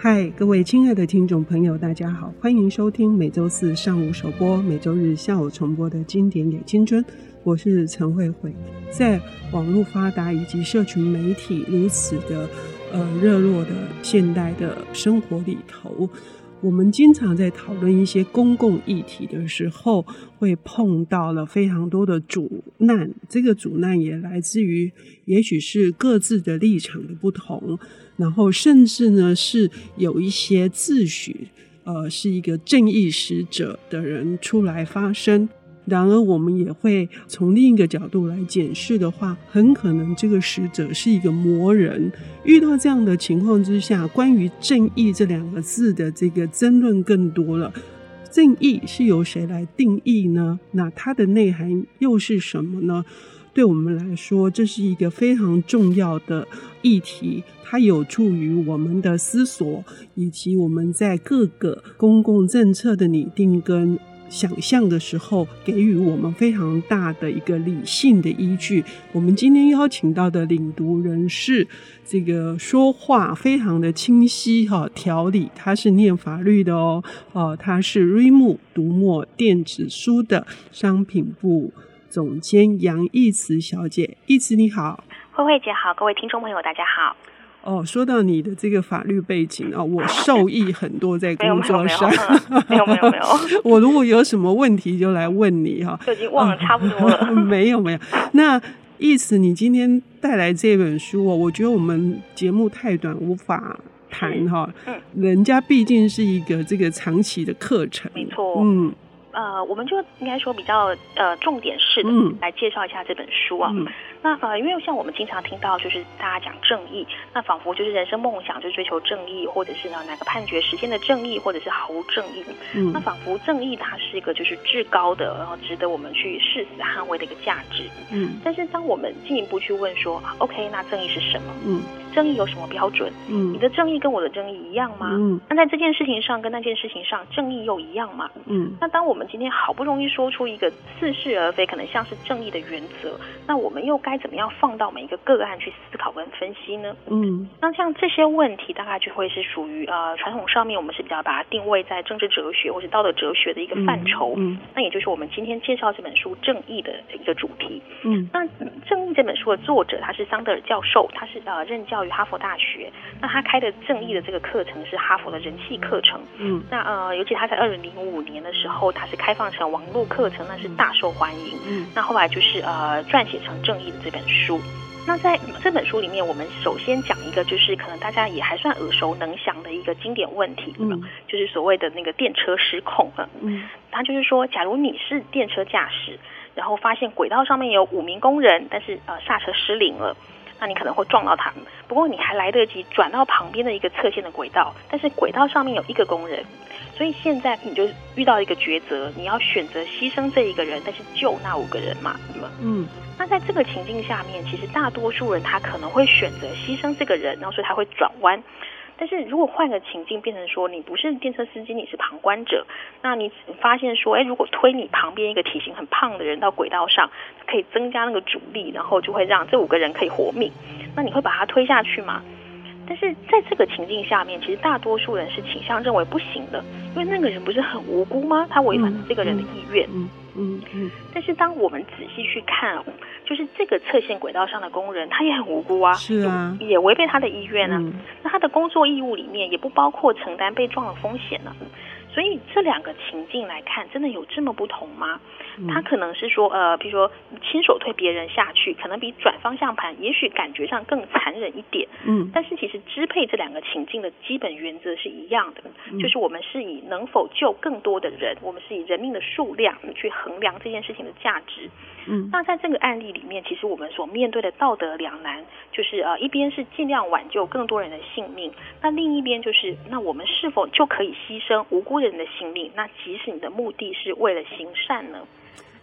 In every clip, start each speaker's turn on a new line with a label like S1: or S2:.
S1: 嗨，各位亲爱的听众朋友，大家好，欢迎收听每周四上午首播、每周日下午重播的经典也青春，我是陈慧慧。在网络发达以及社群媒体如此的热络的现代的生活里头，我们经常在讨论一些公共议题的时候，会碰到了非常多的阻难，这个阻难也来自于也许是各自的立场的不同，然后甚至呢是有一些自诩是一个正义使者的人出来发声。然而我们也会从另一个角度来检视的话，很可能这个使者是一个魔人。遇到这样的情况之下，关于正义这两个字的这个争论更多了。正义是由谁来定义呢？那它的内涵又是什么呢？对我们来说，这是一个非常重要的议题，它有助于我们的思索，以及我们在各个公共政策的拟定跟想象的时候，给予我们非常大的一个理性的依据。我们今天邀请到的领读人是这个说话非常的清晰条理，他是念法律的他是瑞木读墨电子书的商品部总监杨义慈小姐。义慈你好。
S2: 慧慧姐好，各位听众朋友大家好。
S1: 说到你的这个法律背景我受益很多在工作上。
S2: 没有
S1: 我如果有什么问题就来问你
S2: 就已经忘了差不多了。
S1: 没有。那意思你今天带来这本书我觉得我们节目太短无法谈人家毕竟是一个这个长期的课程。
S2: 没错。我们就应该说比较重点式的来介绍一下这本书啊。那因为像我们经常听到就是大家讲正义，那仿佛就是人生梦想就是追求正义，或者是哪个判决实现的正义，或者是毫无正义。那仿佛正义它是一个就是至高的，然后值得我们去誓死捍卫的一个价值。但是当我们进一步去问说OK 那正义是什么？正义有什么标准？你的正义跟我的正义一样吗？那在这件事情上跟那件事情上正义又一样吗？那当我们今天好不容易说出一个似是而非可能像是正义的原则，那我们又该怎么样放到每一个个案去思考跟分析呢？那像这些问题大概就会是属于传统上面我们是比较把它定位在政治哲学或是道德哲学的一个范畴。那也就是我们今天介绍这本书正义的一个主题。那正义这本书的作者他是桑德尔教授，他是任教于哈佛大学。那他开的正义的这个课程是哈佛的人气课程。那尤其他在2005年的时候他是开放成网络课程，那是大受欢迎。那后来就是撰写成正义的这本书。那在这本书里面，我们首先讲一个就是可能大家也还算耳熟能详的一个经典问题，就是所谓的那个电车失控。它就是说，假如你是电车驾驶，然后发现轨道上面有5名工人，但是刹车失灵了，那你可能会撞到他们。不过你还来得及转到旁边的一个侧线的轨道，但是轨道上面有1个工人，所以现在你就遇到一个抉择，你要选择牺牲这1个人，但是救那5个人嘛，那在这个情境下面，其实大多数人他可能会选择牺牲这个人，然后所以他会转弯。但是如果换个情境变成说你不是电车司机，你是旁观者，那你发现说如果推你旁边一个体型很胖的人到轨道上，可以增加那个阻力，然后就会让这5个人可以活命，那你会把他推下去吗？但是在这个情境下面，其实大多数人是倾向认为不行的，因为那个人不是很无辜吗？他违反了这个人的意愿。但是当我们仔细去看，就是这个侧线轨道上的工人他也很无辜啊，
S1: 是啊，
S2: 也违背他的意愿啊。那他的工作义务里面也不包括承担被撞的风险啊。所以这2个情境来看，真的有这么不同吗？他可能是说比如说亲手推别人下去，可能比转方向盘也许感觉上更残忍一点。但是其实支配这2个情境的基本原则是一样的，就是我们是以能否救更多的人，我们是以人命的数量去衡量这件事情的价值。那在这个案例里面，其实我们所面对的道德两难，就是一边是尽量挽救更多人的性命，那另一边就是那我们是否就可以牺牲无辜人的性命，那即使你的目的是为了行善呢？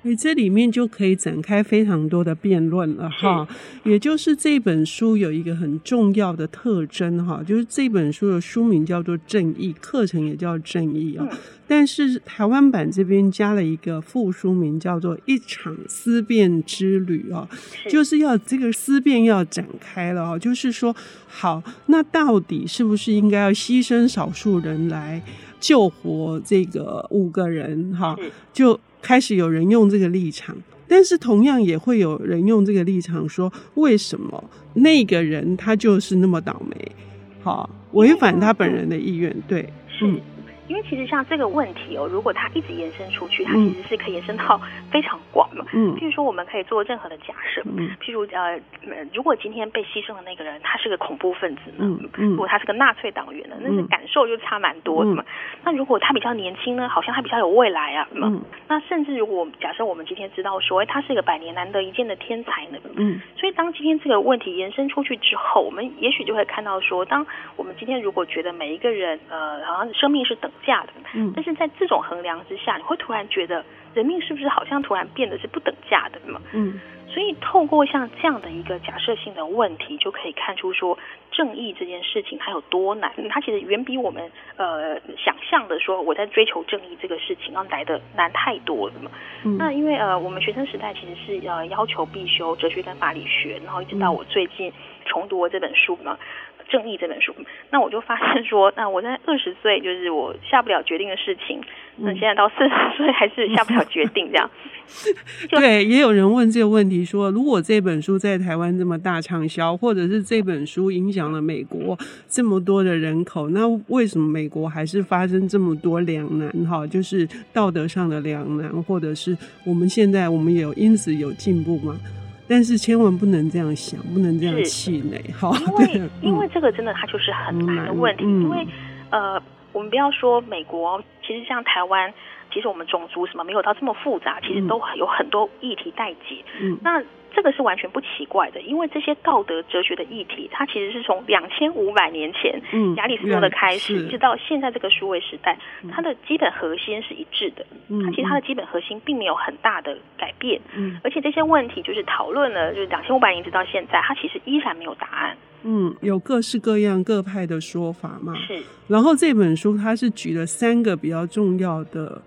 S1: 这里面就可以展开非常多的辩论了哈。也就是这本书有一个很重要的特征哈，就是这本书的书名叫做《正义》，课程也叫《正义》啊。但是台湾版这边加了一个副书名叫做《一场思辨之旅》啊，就是要这个思辨要展开了啊，就是说，好，那到底是不是应该要牺牲少数人来救活这个5个人哈？就开始有人用这个立场，但是同样也会有人用这个立场说，为什么那个人他就是那么倒霉，好，违反他本人的意愿？对，
S2: 因为其实像这个问题如果它一直延伸出去，它其实是可以延伸到非常广嘛。譬如说，我们可以做任何的假设，譬如如果今天被牺牲的那个人他是个恐怖分子呢，如果他是个纳粹党员呢，那是感受就差蛮多的嘛。那如果他比较年轻呢，好像他比较有未来啊，那甚至如果假设我们今天知道说，他是一个100年难得一见的天才呢，所以当今天这个问题延伸出去之后，我们也许就会看到说，当我们今天如果觉得每一个人好像生命是等价的，但是在这种衡量之下，你会突然觉得人命是不是好像突然变得是不等价的嘛？所以透过像这样的一个假设性的问题，就可以看出说正义这件事情它有多难，它其实远比我们想象的说我在追求正义这个事情要来的难太多了嘛。那因为我们学生时代其实是要求必修哲学跟法理学，然后一直到我最近重读了这本书嘛。正义这本书，那我就发现说，那我在20岁就是我下不了决定的事情，那现在到40岁还是下不了决定这样。
S1: 对，也有人问这个问题说，如果这本书在台湾这么大畅销，或者是这本书影响了美国这么多的人口，那为什么美国还是发生这么多两难哈？就是道德上的两难，或者是我们现在我们也有因此有进步吗？但是千万不能这样想，不能这样气馁，好，
S2: 因为这个真的它就是很难的问题，因为我们不要说美国，其实像台湾，其实我们种族什么没有到这么复杂，其实都有很多议题待解。那这个是完全不奇怪的，因为这些道德哲学的议题，它其实是从2500年前亚里士多德开始，一直到现在这个数位时代，它的基本核心是一致的。它其实它的基本核心并没有很大的改变，而且这些问题就是讨论了，就是2500年直到现在，它其实依然没有答案。
S1: 有各式各样各派的说法嘛。
S2: 是。
S1: 然后这本书它是举了3个比较重要的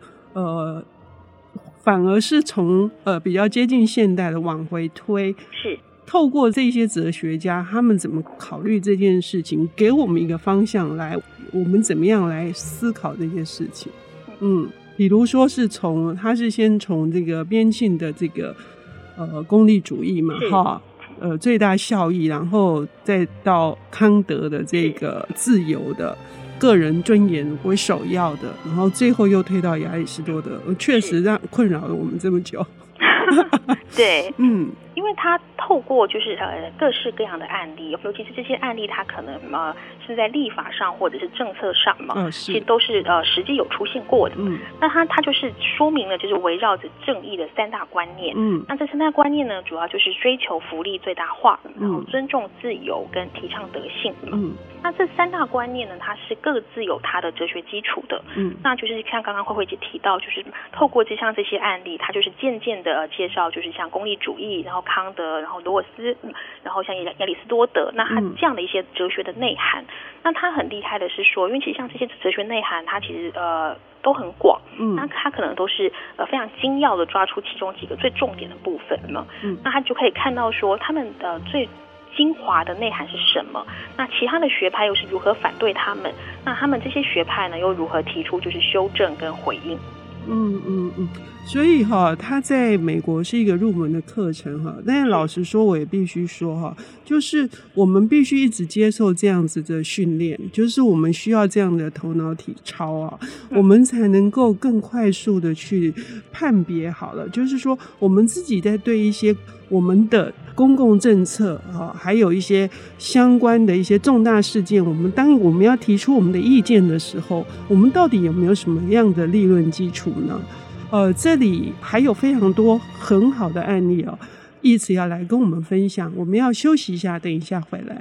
S1: 反而是从比较接近现代的往回推，
S2: 是
S1: 透过这些哲学家他们怎么考虑这件事情，给我们一个方向来，我们怎么样来思考这些事情。比如说是他是先从这个边沁的这个功利主义嘛，哈，最大效益，然后再到康德的这个自由的个人尊严为首要的，然后最后又推到亚里士多德，确实让困扰了我们这么久。
S2: 对，因为他透过就是各式各样的案例，尤其是这些案例，他可能是在立法上或者是政策上嘛，其实都是实际有出现过的。那他就是说明了，就是围绕着正义的3大观念。那这3大观念呢，主要就是追求福利最大化，然后尊重自由跟提倡德性。那这3大观念呢，它是各自有它的哲学基础的。那就是像刚刚慧慧姐提到，就是透过这些案例，它就是渐渐的介绍，就是像功利主义，然后康德，然后罗尔斯，然后像亚里士多德，那它这样的一些哲学的内涵。那它很厉害的是说，因为其实像这些哲学内涵，它其实都很广，那它可能都是非常精要的抓出其中几个最重点的部分嘛。那它就可以看到说，他们最精华的内涵是什么？那其他的学派又是如何反对他们？那他们这些学派呢，又如何提出就是修正跟回应？
S1: 所以它在美国是一个入门的课程但是老实说，我也必须说就是我们必须一直接受这样子的训练，就是我们需要这样的头脑体操我们才能够更快速的去判别好了，就是说我们自己在对一些我们的公共政策还有一些相关的一些重大事件，当我们要提出我们的意见的时候，我们到底有没有什么样的理论基础呢？这里还有非常多很好的案例一直要来跟我们分享。我们要休息一下，等一下回来。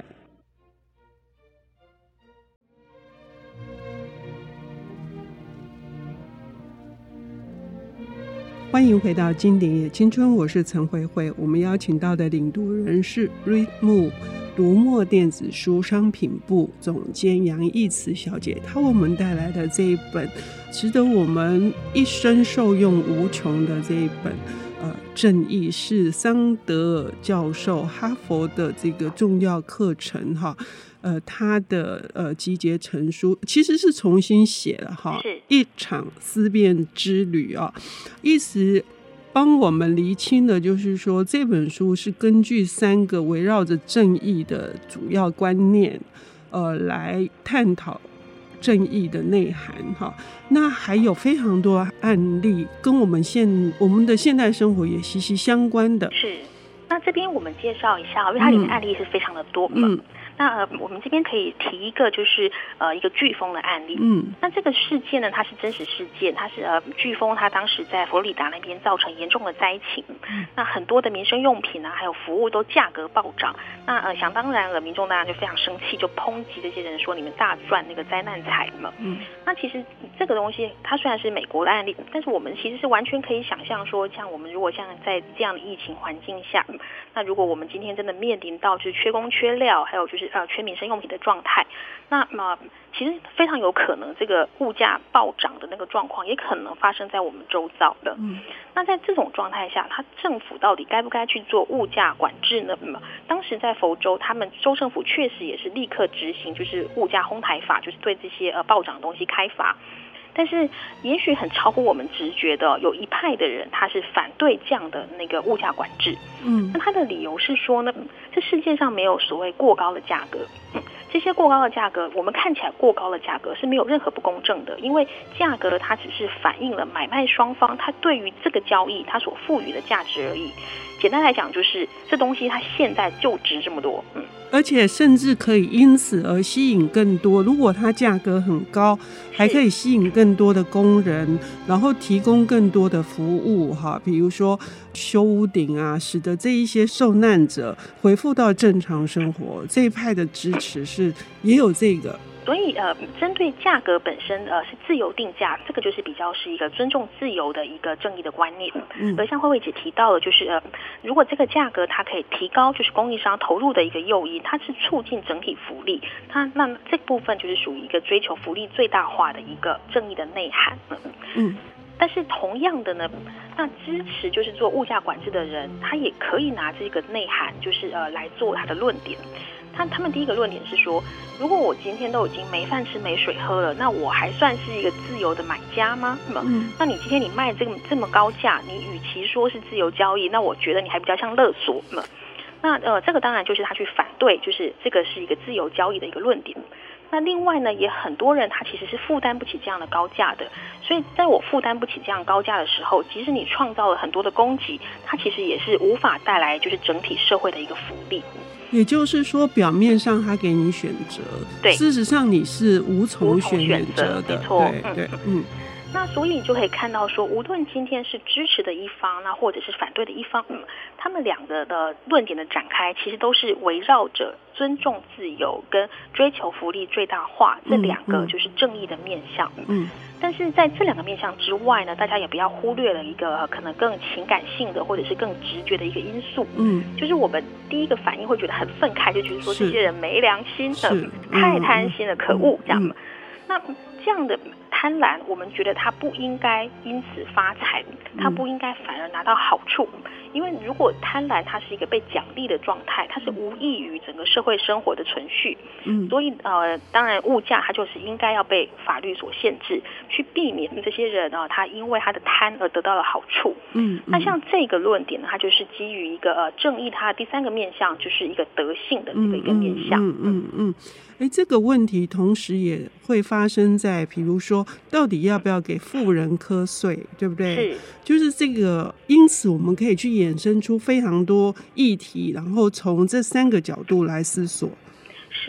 S1: 欢迎回到经典也青春，我是陈慧慧。我们邀请到的领读人是 Readmoo 读墨电子书商品部总监杨义慈小姐，她为我们带来的这一本值得我们一生受用无穷的这一本正义，是桑德尔教授哈佛的这个重要课程哈。他的集结成书其实是重新写了哈，一场思辨之旅啊，意思帮我们厘清的就是说，这本书是根据3个围绕着正义的主要观念来探讨正义的内涵哈。那还有非常多案例跟我们的现代生活也息息相关的。
S2: 是，那这边我们介绍一下，因为它里面案例是非常的多。那我们这边可以提一个，就是一个飓风的案例。那这个事件呢，它是真实事件，它是飓风，它当时在佛罗里达那边造成严重的灾情。那很多的民生用品啊，还有服务都价格暴涨。那想当然了，民众当然就非常生气，就抨击这些人说你们大赚那个灾难财嘛。那其实这个东西它虽然是美国的案例，但是我们其实是完全可以想象说，像我们如果像在这样的疫情环境下，那如果我们今天真的面临到就是缺工缺料，还有就是缺民生用品的状态，那其实非常有可能这个物价暴涨的那个状况也可能发生在我们周遭的。那在这种状态下，政府到底该不该去做物价管制呢？当时在佛州，他们州政府确实也是立刻执行就是物价哄抬法，就是对这些暴涨的东西开罚。但是也许很超乎我们直觉的，有一派的人他是反对这样的那个物价管制。那他的理由是说呢，这世界上没有所谓过高的价格。这些过高的价格，我们看起来过高的价格是没有任何不公正的，因为价格它只是反映了买卖双方他对于这个交易他所赋予的价值而已。简单来讲，就是这东西它现在就值这么多。
S1: 而且甚至可以因此而吸引更多，如果它价格很高，还可以吸引更多的工人，然后提供更多的服务哈，比如说修屋顶啊，使得这一些受难者恢复到正常生活。这一派的支持是也有这个。
S2: 所以针对价格本身是自由定价，这个就是比较是一个尊重自由的一个正义的观念。而像慧慧姐提到的，就是如果这个价格它可以提高就是供应商投入的一个诱因，它是促进整体福利，那这部分就是属于一个追求福利最大化的一个正义的内涵。但是同样的呢，那支持就是做物价管制的人，他也可以拿这个内涵就是来做他的论点。他们第一个论点是说，如果我今天都已经没饭吃没水喝了，那我还算是一个自由的买家吗？那你今天你卖这么高价，你与其说是自由交易，那我觉得你还比较像勒索嘛。那这个当然就是他去反对，就是这个是一个自由交易的一个论点。那另外呢，也很多人他其实是负担不起这样的高价的，所以在我负担不起这样高价的时候，即使你创造了很多的供给，它其实也是无法带来就是整体社会的一个福利。
S1: 也就是说，表面上他给你选择，对，事实上你是无从选择的，
S2: 没错，
S1: 对，
S2: 那所以你就可以看到说，无论今天是支持的一方，那或者是反对的一方，他们两个的论点的展开，其实都是围绕着尊重自由跟追求福利最大化这两个就是正义的面向。但是在这两个面向之外呢，大家也不要忽略了一个可能更情感性的或者是更直觉的一个因素。就是我们第一个反应会觉得很愤慨，就觉得说这些人没良心的，太贪心了，可恶这样。那这样的贪婪，我们觉得他不应该因此发财，他不应该反而拿到好处。因为如果贪婪它是一个被奖励的状态，它是无益于整个社会生活的存续。所以当然物价它就是应该要被法律所限制，去避免这些人他因为他的贪而得到了好处。那像这个论点呢，它就是基于一个正义，它的第三个面向就是一个德性的这个一个面向。
S1: 这个问题同时也会发生在比如说到底要不要给富人课税，对不对？
S2: 是，
S1: 就是这个，因此我们可以去衍生出非常多议题，然后从这3个角度来思索。
S2: 是，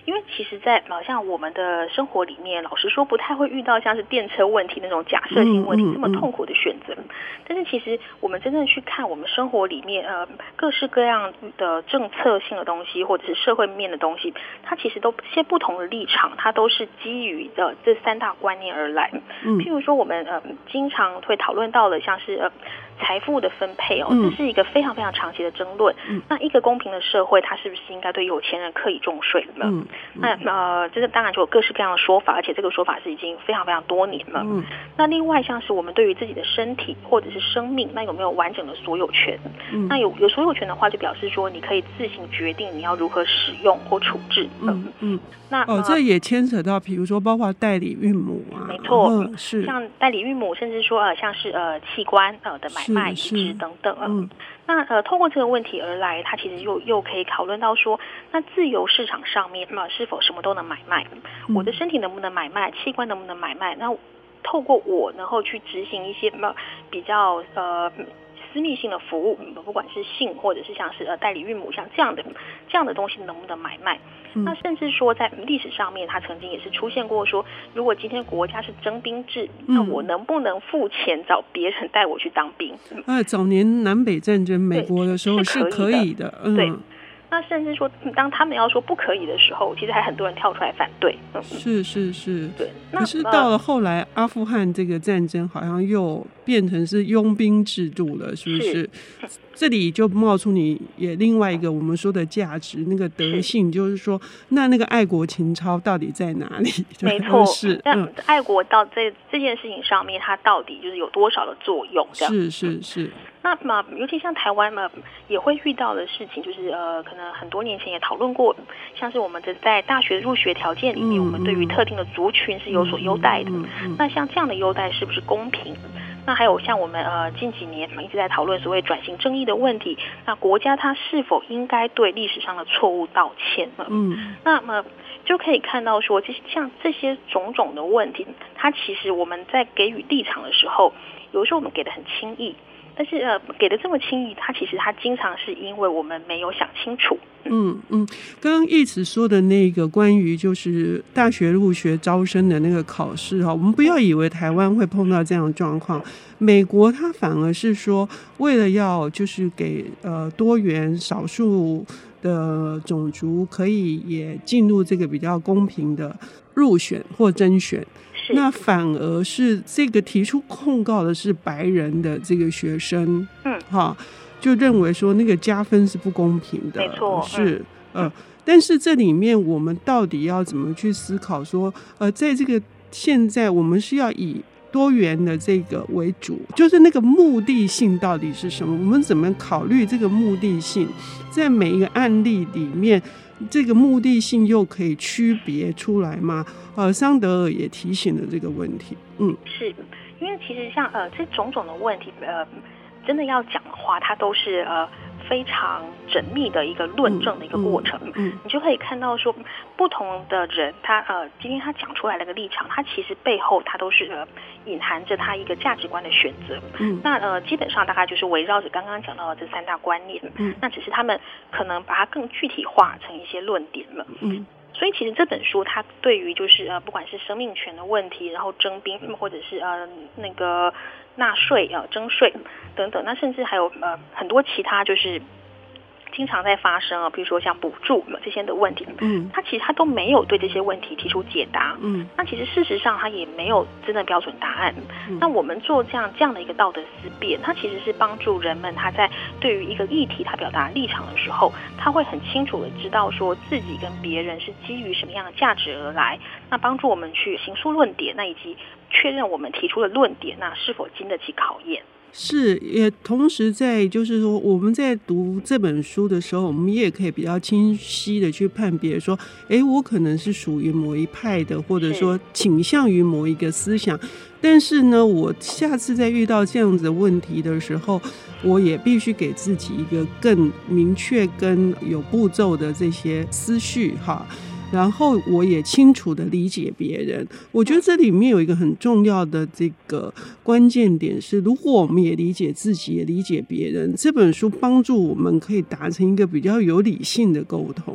S2: 因为其实在像我们的生活里面，老实说不太会遇到像是电车问题那种假设性问题这么痛苦的选择。但是其实我们真正去看我们生活里面各式各样的政策性的东西，或者是社会面的东西，它其实都一些不同的立场，它都是基于的这3大观念而来。譬如说我们经常会讨论到的像是财富的分配这是一个非常非常长期的争论。那一个公平的社会，它是不是应该对有钱人课以重税呢？那这个当然就有各式各样的说法，而且这个说法是已经非常非常多年了。那另外像是我们对于自己的身体或者是生命，那有没有完整的所有权？那有所有权的话，就表示说你可以自行决定你要如何使用或处置。那
S1: 这也牵扯到比如说包括代理孕母啊，
S2: 没错，
S1: 是
S2: 像代理孕母，甚至说像是器官的买卖、移植等等。那透过这个问题而来，它其实又可以讨论到说，那自由市场上面是否什么都能买卖？我的身体能不能买卖？器官能不能买卖？那透过我然后去执行一些比较私密性的服务，不管是性或者是像是代理孕母像这样的东西能不能买卖？那甚至说在历史上面，它曾经也是出现过说，如果今天国家是征兵制，那我能不能付钱找别人带我去当兵？
S1: 早年南北战争美国的时候是可以的。
S2: 对。那甚至说当他们要说不可以的时候，其实还很多人跳出来反对。
S1: 是对。可是到了后来阿富汗这个战争好像又变成是佣兵制度了，是不是？这里就冒出你也另外一个我们说的价值，那个德性，就是说那个爱国情操到底在哪里？
S2: 没错，
S1: 是
S2: 爱国到这件事情上面，它到底就是有多少的作用？这样
S1: 是。
S2: 那尤其像台湾也会遇到的事情，就是可能很多年前也讨论过，像是我们在大学入学条件里面，我们对于特定的族群是有所优待的。那像这样的优待是不是公平？那还有像我们近几年一直在讨论所谓转型正义的问题，那国家它是否应该对历史上的错误道歉呢？那么就可以看到说，像这些种种的问题，它其实我们在给予立场的时候，有时候我们给的很轻易。但是给的这么轻易，它其实经常是因为我们没有想清楚。
S1: 刚刚一直说的那个关于就是大学入学招生的那个考试我们不要以为台湾会碰到这样的状况，美国它反而是说为了要就是给多元少数的种族可以也进入这个比较公平的入选或甄选，那反而是这个提出控告的是白人的这个学生，就认为说那个加分是不公平的，
S2: 没错，
S1: 是但是这里面我们到底要怎么去思考说在这个现在我们是要以多元的这个为主，就是那个目的性到底是什么？我们怎么考虑这个目的性？在每一个案例里面，这个目的性又可以区别出来吗？桑德尔也提醒了这个问题。
S2: 是因为其实像这种种的问题，真的要讲的话，它都是非常缜密的一个论证的一个过程。你就可以看到说，不同的人他今天他讲出来的一个立场，他其实背后他都是隐含着他一个价值观的选择。那基本上大概就是围绕着刚刚讲到的这3大观念。那只是他们可能把它更具体化成一些论点了。所以其实这本书它对于就是不管是生命权的问题，然后征兵或者是那个纳税征税等等，那甚至还有很多其他就是经常在发生比如说像补助这些的问题，它其实它都没有对这些问题提出解答。那其实事实上它也没有真的标准答案。那我们做这样的一个道德思辨，它其实是帮助人们他在对于一个议题他表达立场的时候，他会很清楚的知道说自己跟别人是基于什么样的价值而来，那帮助我们去形塑论点，那以及确认我们提出的论点那是否经得起考验。
S1: 是，也同时在就是说我们在读这本书的时候，我们也可以比较清晰的去判别说我可能是属于某一派的，或者说倾向于某一个思想，但是呢我下次再遇到这样子的问题的时候，我也必须给自己一个更明确跟有步骤的这些思绪然后我也清楚的理解别人。我觉得这里面有一个很重要的这个关键点是，如果我们也理解自己也理解别人，这本书帮助我们可以达成一个比较有理性的沟通。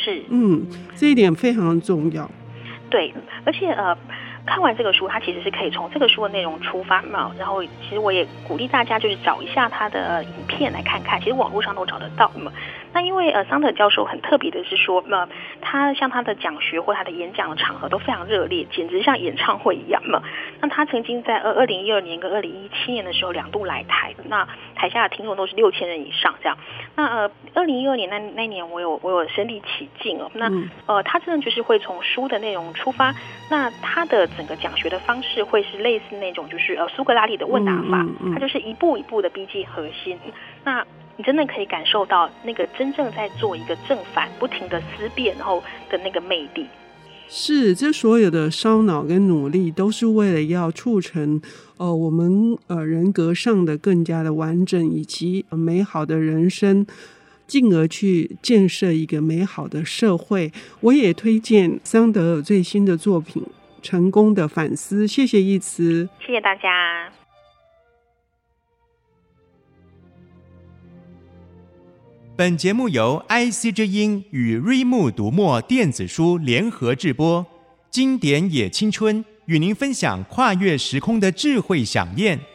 S2: 是，
S1: 这一点非常重要。
S2: 对，而且看完这个书，它其实是可以从这个书的内容出发嘛，然后其实我也鼓励大家就是找一下他的影片来看看，其实网络上都找得到嘛。那因为桑德教授很特别的是说，他像他的讲学或他的演讲的场合都非常热烈，简直像演唱会一样嘛。那他曾经在2012年跟2017年的时候2度来台，那台下的听众都是6000人以上这样。那2012年那年我有身临其境哦。那他真的就是会从书的内容出发，那他的整个讲学的方式会是类似那种就是苏格拉底的问答法，他就是一步一步的逼近核心。那你真的可以感受到那个真正在做一个正反不停的思辨然后的那个魅力。
S1: 是，这所有的烧脑跟努力都是为了要促成我们人格上的更加的完整以及美好的人生，进而去建设一个美好的社会。我也推荐桑德尔最新的作品《成功的反思》。谢谢一慈，
S2: 谢谢大家。
S3: 本节目由 IC 之音与瑞木读墨电子书联合制播，经典也青春与您分享跨越时空的智慧饗宴。